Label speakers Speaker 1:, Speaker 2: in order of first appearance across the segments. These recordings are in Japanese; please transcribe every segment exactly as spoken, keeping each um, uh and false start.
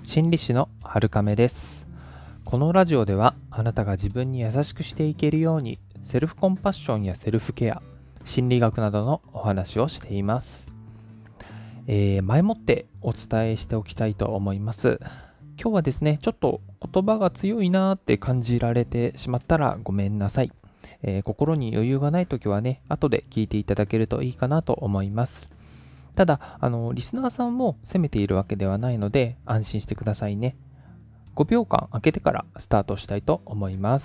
Speaker 1: 心理師の春亀です。このラジオではあなたが自分に優しくしていけるようにセルフコンパッションやセルフケア、心理学などのお話をしています。えー、前もってお伝えしておきたいと思います。今日はですね、ちょっと言葉が強いなーって感じられてしまったらごめんなさい。えー、心に余裕がないときはね、後で聞いていただけるといいかなと思います。ただ、あの、リスナーさんも責めているわけではないので、安心してくださいね。ごびょうかん空けてからスタートしたいと思います。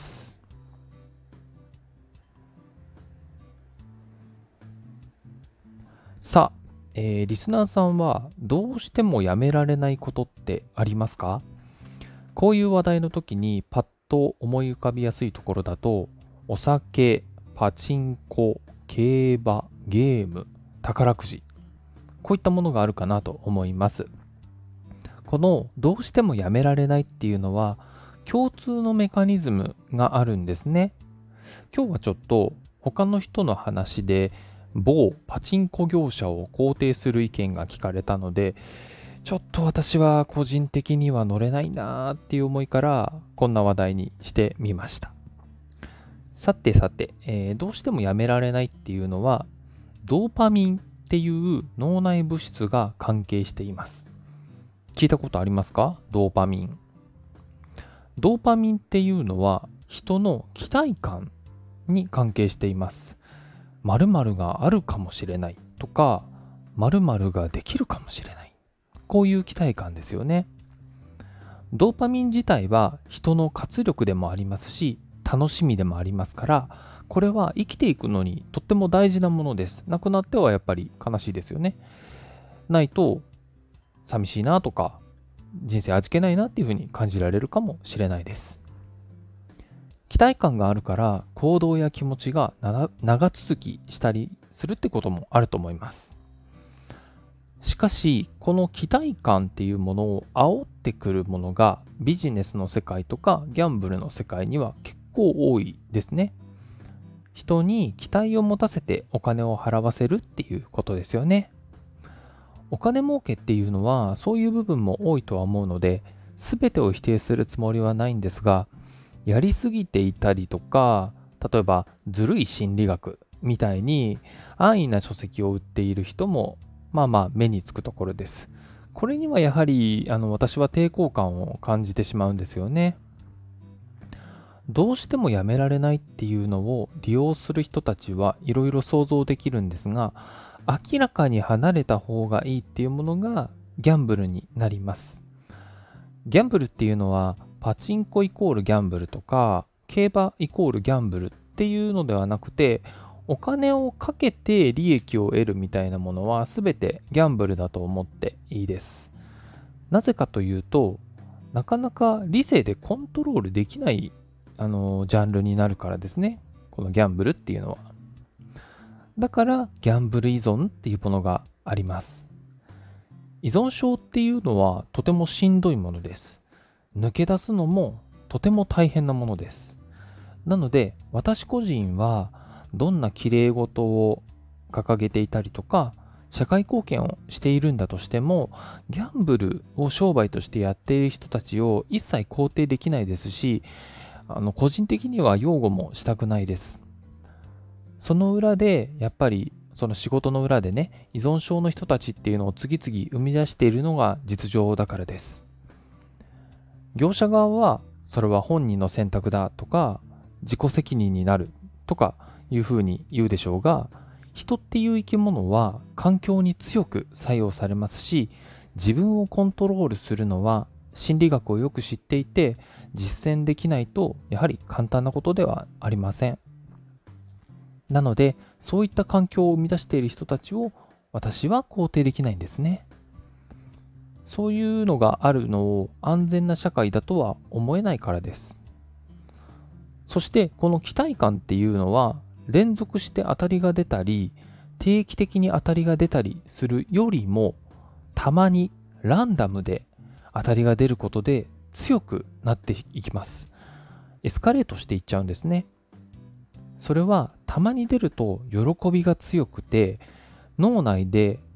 Speaker 1: さあ、えーリスナーさんはどうしてもやめられないことってありますか？こういう話題の時にパッと思い浮かびやすいところだと、お酒、パチンコ、競馬、ゲーム、宝くじ、こういったものがあるかなと思います。このどうしてもやめられないっていうのは共通のメカニズムがあるんですね。今日はちょっと他の人の話で某パチンコ業者を肯定する意見が聞かれたので、ちょっと私は個人的には乗れないなーっていう思いからこんな話題にしてみました。さてさて、えーどうしてもやめられないっていうのはドーパミンっていう脳内物質が関係しています。聞いたことありますか？ドーパミン。ドーパミンっていうのは人の期待感に関係しています。〇〇があるかもしれないとか、〇〇ができるかもしれない。こういう期待感ですよね。ドーパミン自体は人の活力でもありますし、楽しみでもありますから、これは生きていくのにとっても大事なものです。なくなってはやっぱり悲しいですよね。ないと寂しいなとか、人生味気ないなっていうふうに感じられるかもしれないです。期待感があるから行動や気持ちが長続きしたりするってこともあると思います。しかし、この期待感っていうものを煽ってくるものがビジネスの世界とかギャンブルの世界には結構多いですね。人に期待を持たせてお金を払わせるっていうことですよね。お金儲けっていうのはそういう部分も多いとは思うので、全てを否定するつもりはないんですが、やりすぎていたりとか、例えばずるい心理学みたいに安易な書籍を売っている人もまあまあ目につくところです。これにはやはりあの私は抵抗感を感じてしまうんですよね。どうしてもやめられないっていうのを利用する人たちはいろいろ想像できるんですが、明らかに離れた方がいいっていうものがギャンブルになります。ギャンブルっていうのはパチンコイコールギャンブルとか競馬イコールギャンブルっていうのではなくて、お金をかけて利益を得るみたいなものは全てギャンブルだと思っていいです。なぜかというと、なかなか理性でコントロールできないあのジャンルになるからですね。このギャンブルっていうのは。だからギャンブル依存っていうものがあります。依存症っていうのはとてもしんどいものです。抜け出すのもとても大変なものです。なので私個人はどんな綺麗事を掲げていたりとか社会貢献をしているんだとしても、ギャンブルを商売としてやっている人たちを一切肯定できないですし、あの個人的には擁護もしたくないです。その裏でやっぱりその仕事の裏でね、依存症の人たちっていうのを次々生み出しているのが実情だからです。業者側はそれは本人の選択だとか自己責任になるとかいうふうに言うでしょうが、人っていう生き物は環境に強く作用されますし、自分をコントロールするのは心理学をよく知っていて実践できないとやはり簡単なことではありません。なのでそういった環境を生み出している人たちを私は肯定できないんですね。そういうのがあるのを安全な社会だとは思えないからです。そしてこの期待感っていうのは連続して当たりが出たり定期的に当たりが出たりするよりも、たまにランダムで当たりが出ることで強くなっていきます。エスカレートしていっちゃうんですね。それはたまに出ると喜びが強くて、脳内で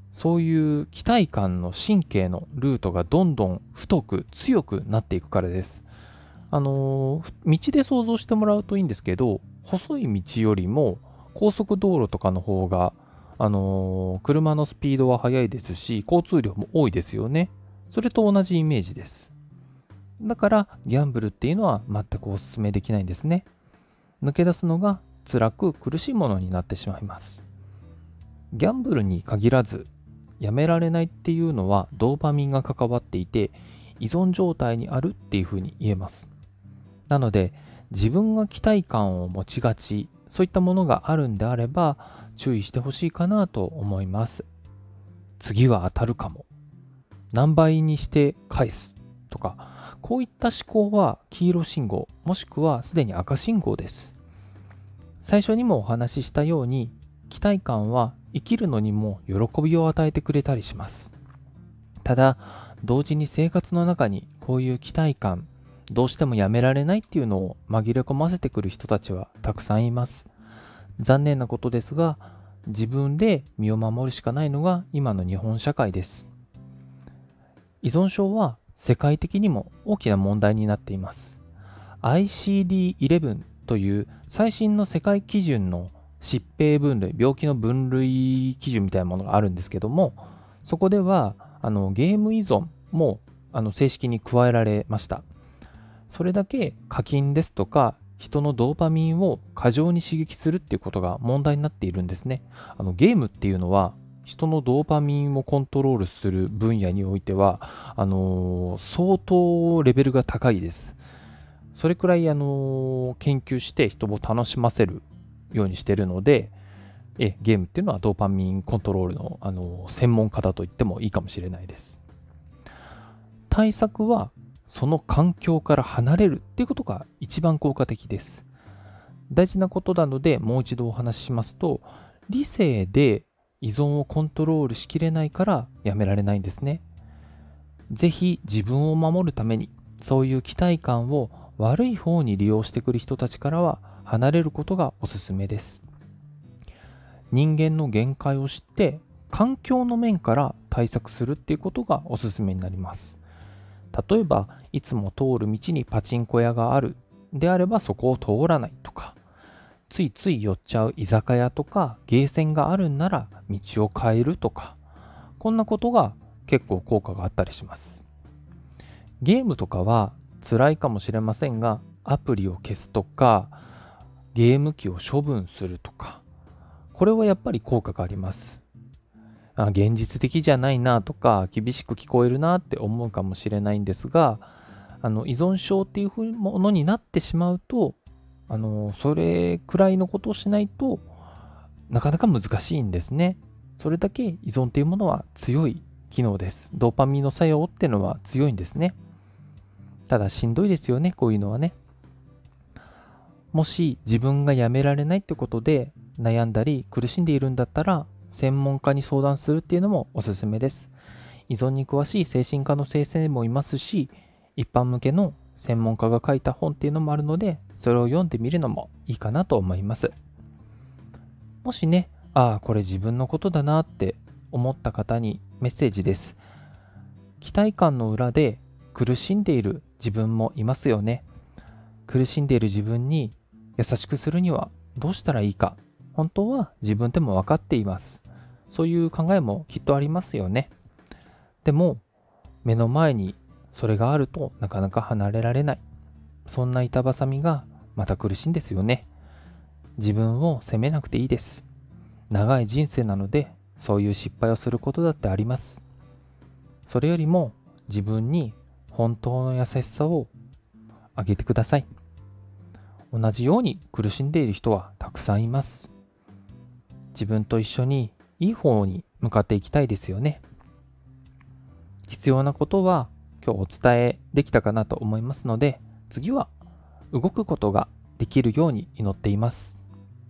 Speaker 1: そういう期待感の神経のルートがどんどん太く強くなっていくからです。あのー道で想像してもらうといいんですけど、細い道よりも高速道路とかの方が、あのー車のスピードは速いですし、交通量も多いですよね。それと同じイメージです。だからギャンブルっていうのは全くお勧めできないんですね。抜け出すのが辛く苦しいものになってしまいます。ギャンブルに限らず、やめられないっていうのはドーパミンが関わっていて、依存状態にあるっていうふうに言えます。なので、自分が期待感を持ちがち、そういったものがあるんであれば、注意してほしいかなと思います。次は当たるかも。何倍にして返すとか、こういった思考は黄色信号、もしくはすでに赤信号です。最初にもお話ししたように、期待感は生きるのにも喜びを与えてくれたりします。ただ、同時に生活の中にこういう期待感、どうしてもやめられないっていうのを紛れ込ませてくる人たちはたくさんいます。残念なことですが、自分で身を守るしかないのが今の日本社会です。依存症は世界的にも大きな問題になっています。アイシーディーイレブン という最新の世界基準の疾病分類、病気の分類基準みたいなものがあるんですけども、そこではあのゲーム依存もあの正式に加えられました。それだけ課金ですとか人のドーパミンを過剰に刺激するっていうことが問題になっているんですね。あのゲームっていうのは人のドーパミンをコントロールする分野においてはあのー相当レベルが高いです。それくらい、あのー研究して人を楽しませるようにしているので、えゲームっていうのはドーパミンコントロールの、あのー専門家だと言ってもいいかもしれないです。対策はその環境から離れるっていうことが一番効果的です。大事なことなのでもう一度お話ししますと、理性で依存をコントロールしきれないからやめられないんですね。ぜひ自分を守るために、そういう期待感を悪い方に利用してくる人たちからは離れることがおすすめです。人間の限界を知って環境の面から対策するっていうことがおすすめになります。例えば、いつも通る道にパチンコ屋があるであればそこを通らないとか、ついつい寄っちゃう居酒屋とかゲーセンがあるんなら道を変えるとか、こんなことが結構効果があったりします。ゲームとかは辛いかもしれませんが、アプリを消すとか、ゲーム機を処分するとか、これはやっぱり効果があります。あ、現実的じゃないなとか、厳しく聞こえるなって思うかもしれないんですが、あの依存症っていうものになってしまうと、あのそれくらいのことをしないとなかなか難しいんですね。それだけ依存っていうものは強い機能です。ドーパミンの作用っていうのは強いんですね。ただしんどいですよね、こういうのはね。もし自分がやめられないってことで悩んだり苦しんでいるんだったら、専門家に相談するっていうのもおすすめです。依存に詳しい精神科の先生もいますし、一般向けの専門家が書いた本っていうのもあるので、それを読んでみるのもいいかなと思います。もしね、ああ、これ自分のことだなって思った方にメッセージです。期待感の裏で苦しんでいる自分もいますよね。苦しんでいる自分に優しくするにはどうしたらいいか、本当は自分でも分かっています。そういう考えもきっとありますよね。でも、目の前にそれがあるとなかなか離れられない。そんな板挟みがまた苦しいんですよね。自分を責めなくていいです。長い人生なので、そういう失敗をすることだってあります。それよりも自分に本当の優しさをあげてください。同じように苦しんでいる人はたくさんいます。自分と一緒にいい方に向かっていきたいですよね。必要なことは今日お伝えできたかなと思いますので、次は動くことができるように祈っています。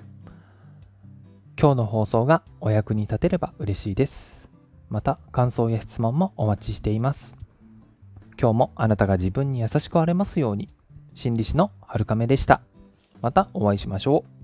Speaker 1: 今日の放送がお役に立てれば嬉しいです。また感想や質問もお待ちしています。今日もあなたが自分に優しくあれますように。心理師のはるかめでした。またお会いしましょう。